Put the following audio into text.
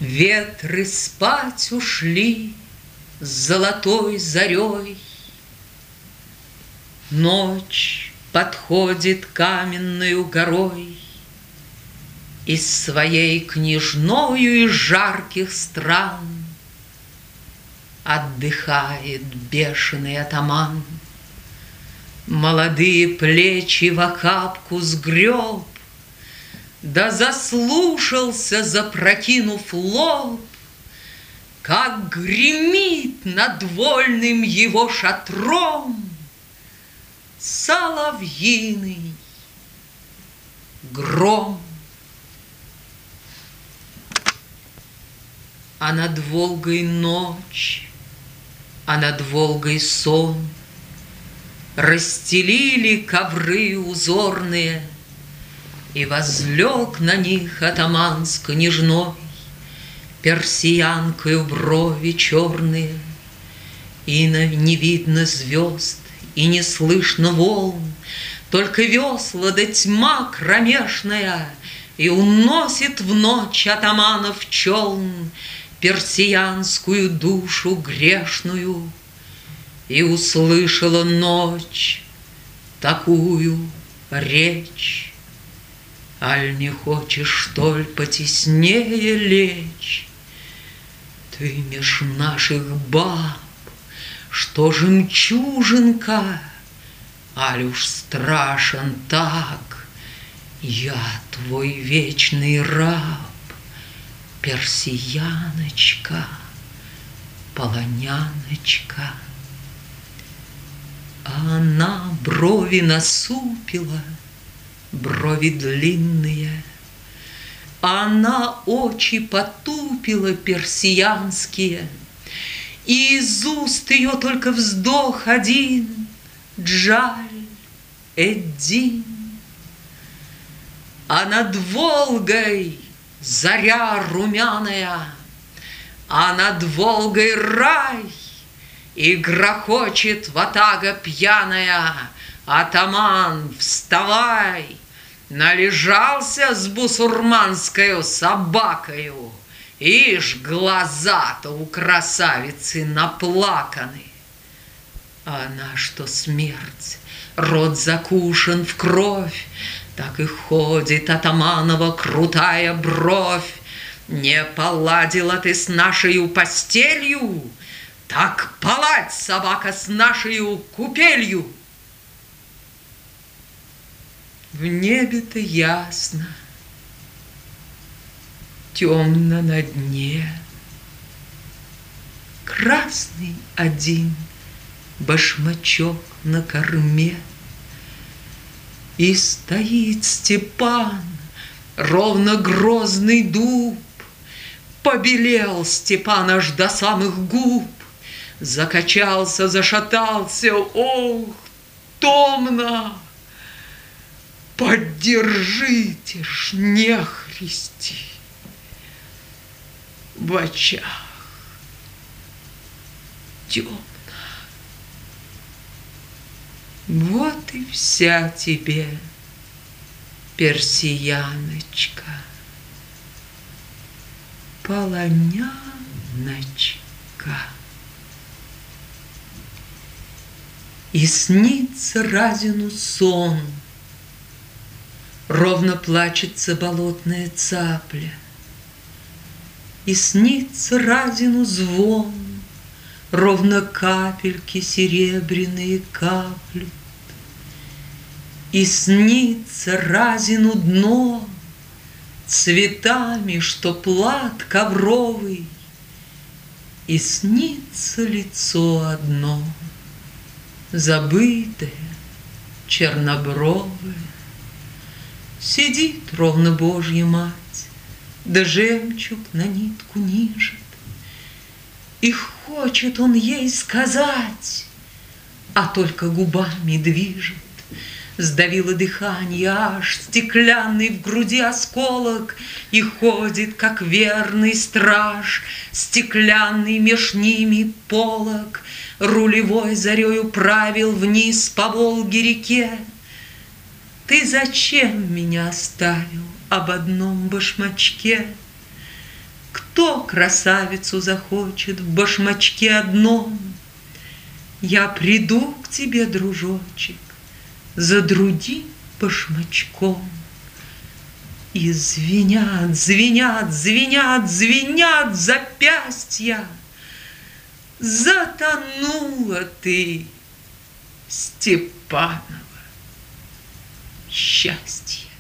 Ветры спать ушли с золотой зарей. Ночь подходит каменною горой, из своей княжною из жарких стран отдыхает бешеный атаман. Молодые плечи в охапку сгреб, да заслушался, запрокинув лоб, как гремит над вольным его шатром соловьиный гром. А над Волгой ночь, а над Волгой сон, расстелили ковры узорные, и возлег на них атаман с княжной, персиянкою брови черные. И не видно звезд, и не слышно волн, только весла да тьма кромешная, и уносит в ночь атаманов челн персиянскую душу грешную. И услышала ночь такую речь: аль не хочешь, что ли, потеснее лечь? Ты меж наших баб, что жемчужинка, аль уж страшен так я, твой вечный раб, персияночка, полоняночка. А она брови насупила, брови длинные, она очи потупила персиянские, и из уст ее только вздох один: Джаль-эд-Дин. А над Волгой заря румяная, а над Волгой рай, и грохочет ватага пьяная: атаман, вставай! Належался с бусурманскою собакою, ишь, глаза-то у красавицы наплаканы. А она, что смерть, рот закушен в кровь, так и ходит атаманова крутая бровь. Не поладила ты с нашею постелью, так палать, собака, с нашею купелью. В небе-то ясно, темно на дне, красный один башмачок на корме. И стоит Степан, ровно грозный дуб. Побелел Степан аж до самых губ, закачался, зашатался, ох, томно! Поддержите ж, нехристи, в очах темно. Вот и вся тебе, персияночка, полоняночка. И снится Разину сон, ровно плачется болотная цапля. И снится Разину звон, ровно капельки серебряные каплют. И снится Разину дно цветами, что плат ковровый. И снится лицо одно, забытое, чернобровое. Сидит ровно Божья Мать, да жемчуг на нитку нижет. И хочет он ей сказать, а только губами движет. Сдавило дыхание аж, стеклянный в груди осколок, и ходит, как верный страж, стеклянный меж ними полог. Рулевой зарею правил вниз по Волге-реке. Ты зачем меня оставил об одном башмачке? Кто красавицу захочет в башмачке одном, я приду к тебе, дружочек, за другим башмачком. И звенят, звенят, звенят, звенят запястья. Затонула ты, Степанова, счастье.